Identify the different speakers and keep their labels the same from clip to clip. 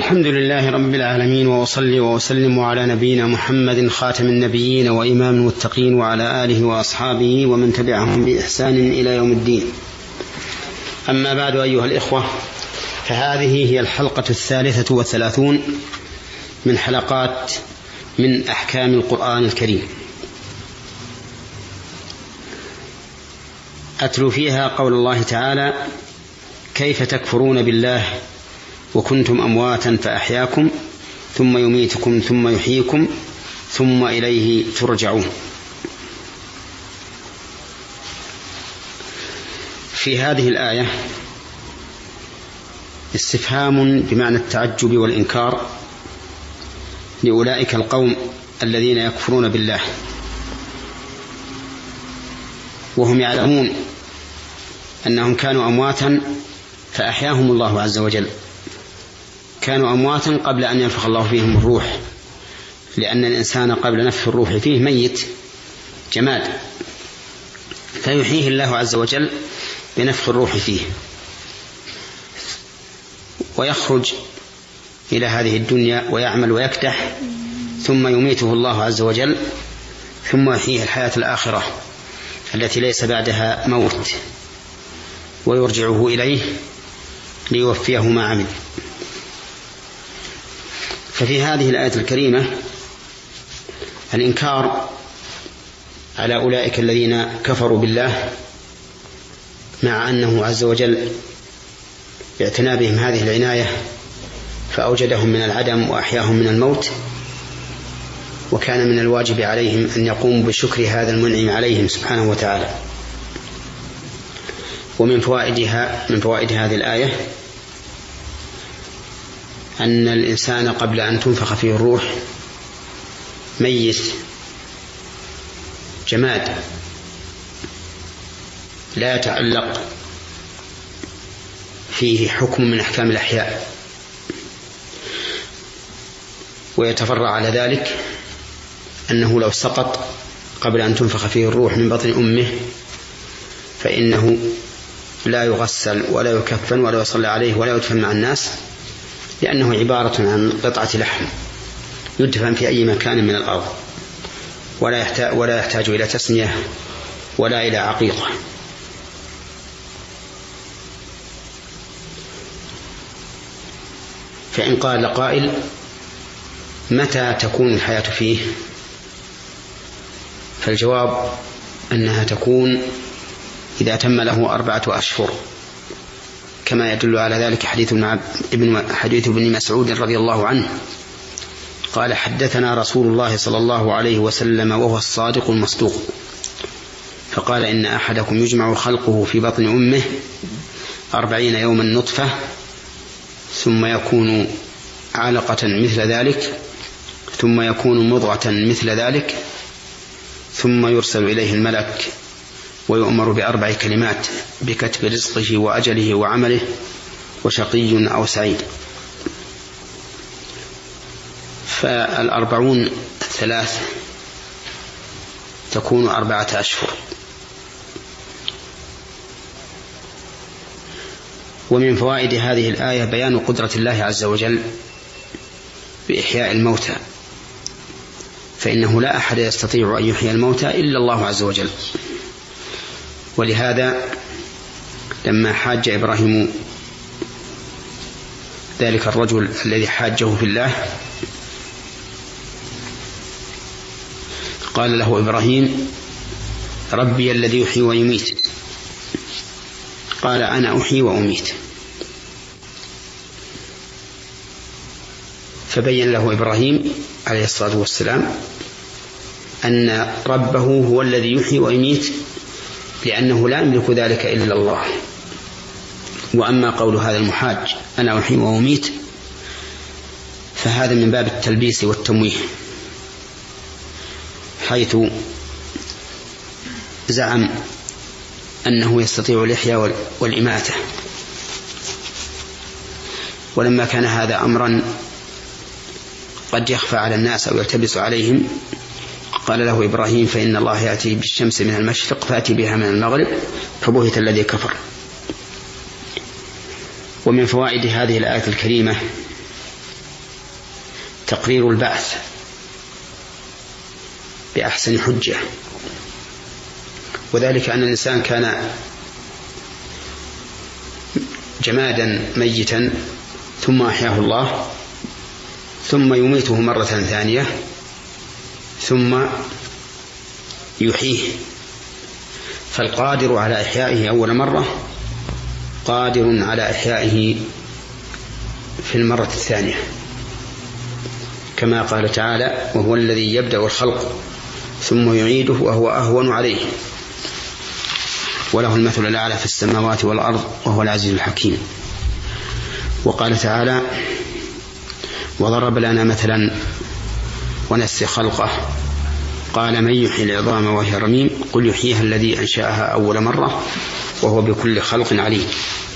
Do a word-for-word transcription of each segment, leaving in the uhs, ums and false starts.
Speaker 1: الحمد لله رب العالمين، وأصلي وأسلم على نبينا محمد خاتم النبيين وإمام المتقين، وعلى آله وأصحابه ومن تبعهم بإحسان إلى يوم الدين. أما بعد، أيها الإخوة، فهذه هي الحلقة الثالثة والثلاثون من حلقات من أحكام القرآن الكريم، أتلو فيها قول الله تعالى: كيف تكفرون بالله وكنتم أمواتا فأحياكم ثم يميتكم ثم يحييكم ثم إليه ترجعون. في هذه الآية استفهام بمعنى التعجب والإنكار لأولئك القوم الذين يكفرون بالله، وهم يعلمون أنهم كانوا أمواتا فأحياهم الله عز وجل. كانوا أمواتا قبل أن ينفخ الله فيهم الروح، لأن الإنسان قبل نفخ الروح فيه ميت جماد، فيحييه الله عز وجل بنفخ الروح فيه، ويخرج إلى هذه الدنيا ويعمل ويكدح، ثم يميته الله عز وجل، ثم يحييه الحياة الآخرة التي ليس بعدها موت، ويرجعه إليه ليوفيه ما عمل. ففي هذه الآية الكريمة الإنكار على أولئك الذين كفروا بالله، مع أنه عز وجل اعتنى بهم هذه العناية فأوجدهم من العدم وأحياهم من الموت، وكان من الواجب عليهم أن يقوموا بشكر هذا المنعم عليهم سبحانه وتعالى. ومن فوائدها من فوائد هذه الآية أن الإنسان قبل أن تنفخ فيه الروح ميت جماد، لا يتعلق فيه حكم من أحكام الأحياء. ويتفرع على ذلك أنه لو سقط قبل أن تنفخ فيه الروح من بطن أمه فإنه لا يغسل ولا يكفن ولا يصلى عليه ولا يدفن مع الناس، لأنه عبارة عن قطعة لحم يدفن في أي مكان من الأرض، ولا يحتاج, ولا يحتاج إلى تسمية ولا إلى عقيقة. فإن قال قائل: متى تكون الحياة فيه؟ فالجواب أنها تكون إذا تم له أربعة أشهر، كما يدل على ذلك حديث ابن حديث ابن مسعود رضي الله عنه قال: حدثنا رسول الله صلى الله عليه وسلم وهو الصادق المصدوق، فقال: إن أحدكم يجمع خلقه في بطن أمه أربعين يوما نطفة، ثم يكون علقة مثل ذلك، ثم يكون مضغة مثل ذلك، ثم يرسل إليه الملك ويؤمر بأربع كلمات بكتب رزقه وأجله وعمله وشقي أو سعيد. فالأربعون ثلاث تكون أربعة أشهر. ومن فوائد هذه الآية بيان قدرة الله عز وجل بإحياء الموتى، فإنه لا أحد يستطيع أن يحيي الموتى إلا الله عز وجل. ولهذا لما حاج إبراهيم ذلك الرجل الذي حاجه في الله، قال له إبراهيم: ربي الذي يحيي ويميت. قال: أنا أحيي وأميت. فبين له إبراهيم عليه الصلاة والسلام أن ربه هو الذي يحيي ويميت، لأنه لا يملك ذلك إلا الله. وأما قول هذا المحاج أنا أحيي وأميت فهذا من باب التلبيس والتمويه، حيث زعم أنه يستطيع الإحياء والإماتة. ولما كان هذا أمرا قد يخفى على الناس أو يلتبس عليهم، قال له إبراهيم: فإن الله يأتي بالشمس من المشرق فأتي بها من المغرب، فبهت الذي كفر. ومن فوائد هذه الآية الكريمة تقرير البعث بأحسن حجة، وذلك أن الإنسان كان جمادا ميتا ثم أحياه الله ثم يميته مرة ثانية ثم يحييه، فالقادر على إحيائه أول مرة قادر على إحيائه في المرة الثانية، كما قال تعالى: وهو الذي يبدأ الخلق ثم يعيده وهو أهون عليه وله المثل الأعلى في السماوات والأرض وهو العزيز الحكيم. وقال تعالى: وضرب لنا مثلا ونسي خلقه قال من يحيي العظام وهي رميم قل يحييها الذي أنشأها أول مرة وهو بكل خلق عليم.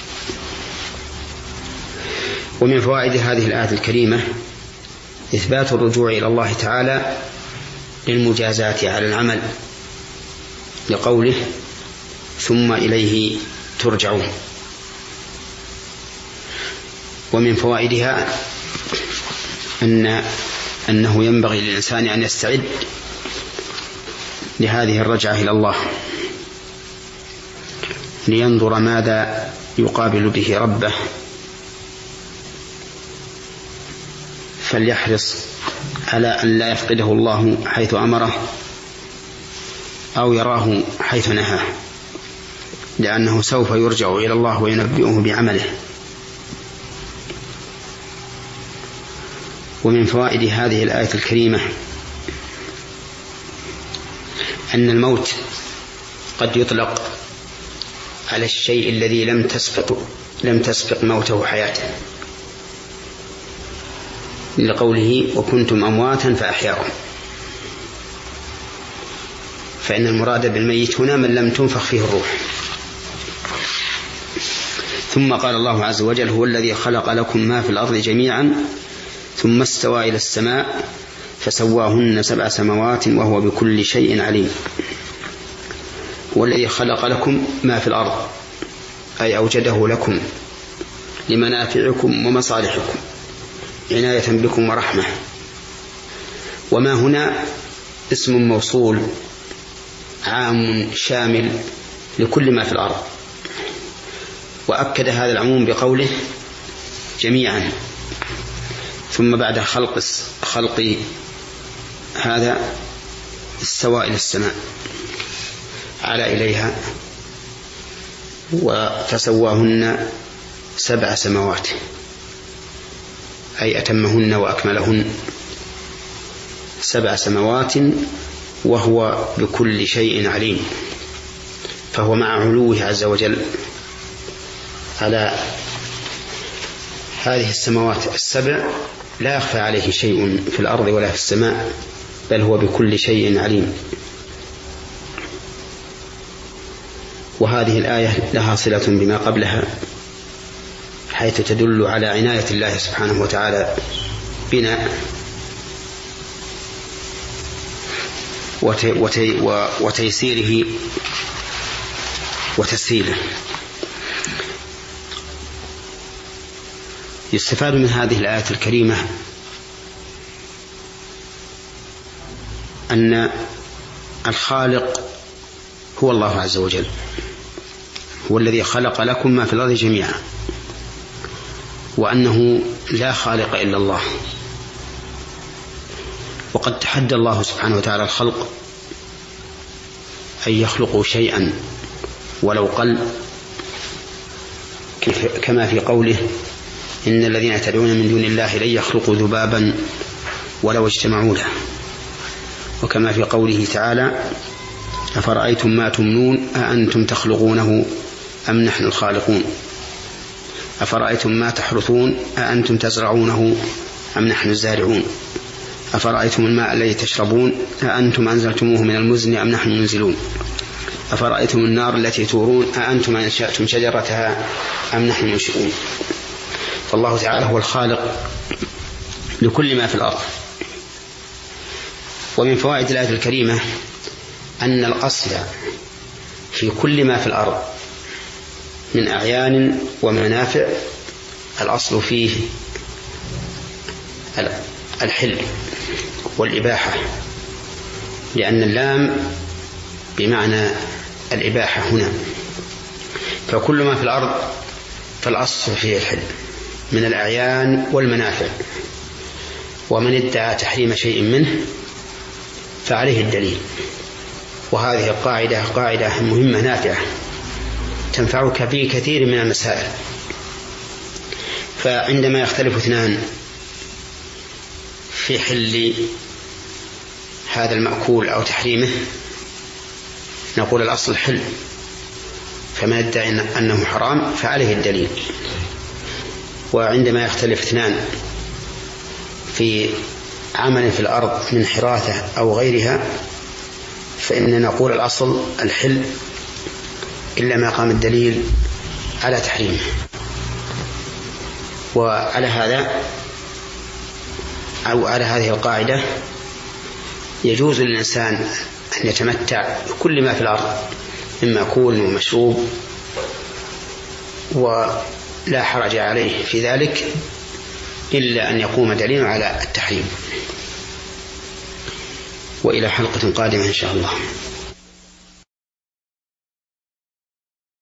Speaker 1: ومن فوائد هذه الآية الكريمة إثبات الرجوع إلى الله تعالى للمجازات على العمل، لقوله: ثم إليه ترجعون. ومن فوائدها أن أنه ينبغي للإنسان أن يستعد لهذه الرجعة إلى الله لينظر ماذا يقابل به ربه، فليحرص على أن لا يفقده الله حيث أمره أو يراه حيث نهاه، لأنه سوف يرجع إلى الله وينبئه بعمله. ومن فوائد هذه الآية الكريمة أن الموت قد يطلق على الشيء الذي لم تسبق لم تسبق موته حياته، لقوله: وكنتم أمواتا فأحياكم، فإن المراد بالميت هنا من لم تنفخ فيه الروح. ثم قال الله عز وجل: هو الذي خلق لكم ما في الأرض جميعا ثم استوى إلى السماء فسواهن سبع سماوات وهو بكل شيء عليم. هو الذي خلق لكم ما في الأرض، أي أوجده لكم لمنافعكم ومصالحكم عناية بكم ورحمة. وما هنا اسم موصول عام شامل لكل ما في الأرض، وأكد هذا العموم بقوله: جميعا. ثم بعد خلق خلق هذا استوى إلى السماء، على إليها، فسواهن سبع سماوات، أي أتمهن وأكملهن سبع سماوات وهو بكل شيء عليم. فهو مع علوه عز وجل على هذه السماوات السبع لا يخفى عليه شيء في الأرض ولا في السماء، بل هو بكل شيء عليم. وهذه الآية لها صلة بما قبلها، حيث تدل على عناية الله سبحانه وتعالى بنا وتيسيره وتسهيله. يستفاد من هذه الآية الكريمة أن الخالق هو الله عز وجل، هو الذي خلق لكم ما في الأرض جميعا، وأنه لا خالق إلا الله. وقد تحدى الله سبحانه وتعالى الخلق أن يخلقوا شيئا ولو قل، كما في قوله: إن الذين تدعون من دون الله لن يخلقوا ذبابا ولو اجتمعوا له. وكما في قوله تعالى: أفرأيتم ما تمنون أأنتم تخلقونه أم نحن الخالقون، أفرأيتم ما تحرثون أأنتم تزرعونه أم نحن الزارعون، أفرأيتم الماء الذي تشربون أأنتم أنزلتموه من المزن أم نحن المنزلون، أفرأيتم النار التي تورون أأنتم أنشأتم شجرتها أم نحن المنشئون. فالله تعالى هو الخالق لكل ما في الأرض. ومن فوائد الآية الكريمة أن الأصل في كل ما في الأرض من أعيان ومنافع، الأصل فيه الحل والإباحة، لأن اللام بمعنى الإباحة هنا. فكل ما في الأرض فالأصل فيه الحل من الأعيان والمنافع، ومن ادعى تحريم شيء منه فعليه الدليل. وهذه القاعدة قاعدة مهمة نافعة تنفعك في كثير من المسائل. فعندما يختلف اثنان في حل هذا المأكول أو تحريمه نقول الأصل حل، فمن ادعى أنه حرام فعليه الدليل. وعندما يختلف اثنان في عمل في الأرض من حراثة أو غيرها فإننا نقول الأصل الحل إلا ما قام الدليل على تحريمه. وعلى هذا أو على هذه القاعدة يجوز للإنسان أن يتمتع بكل ما في الأرض من مأكول ومشروب ولا حرج عليه في ذلك إلا أن يقوم دليل على التحريم. وإلى حلقة قادمة إن شاء الله.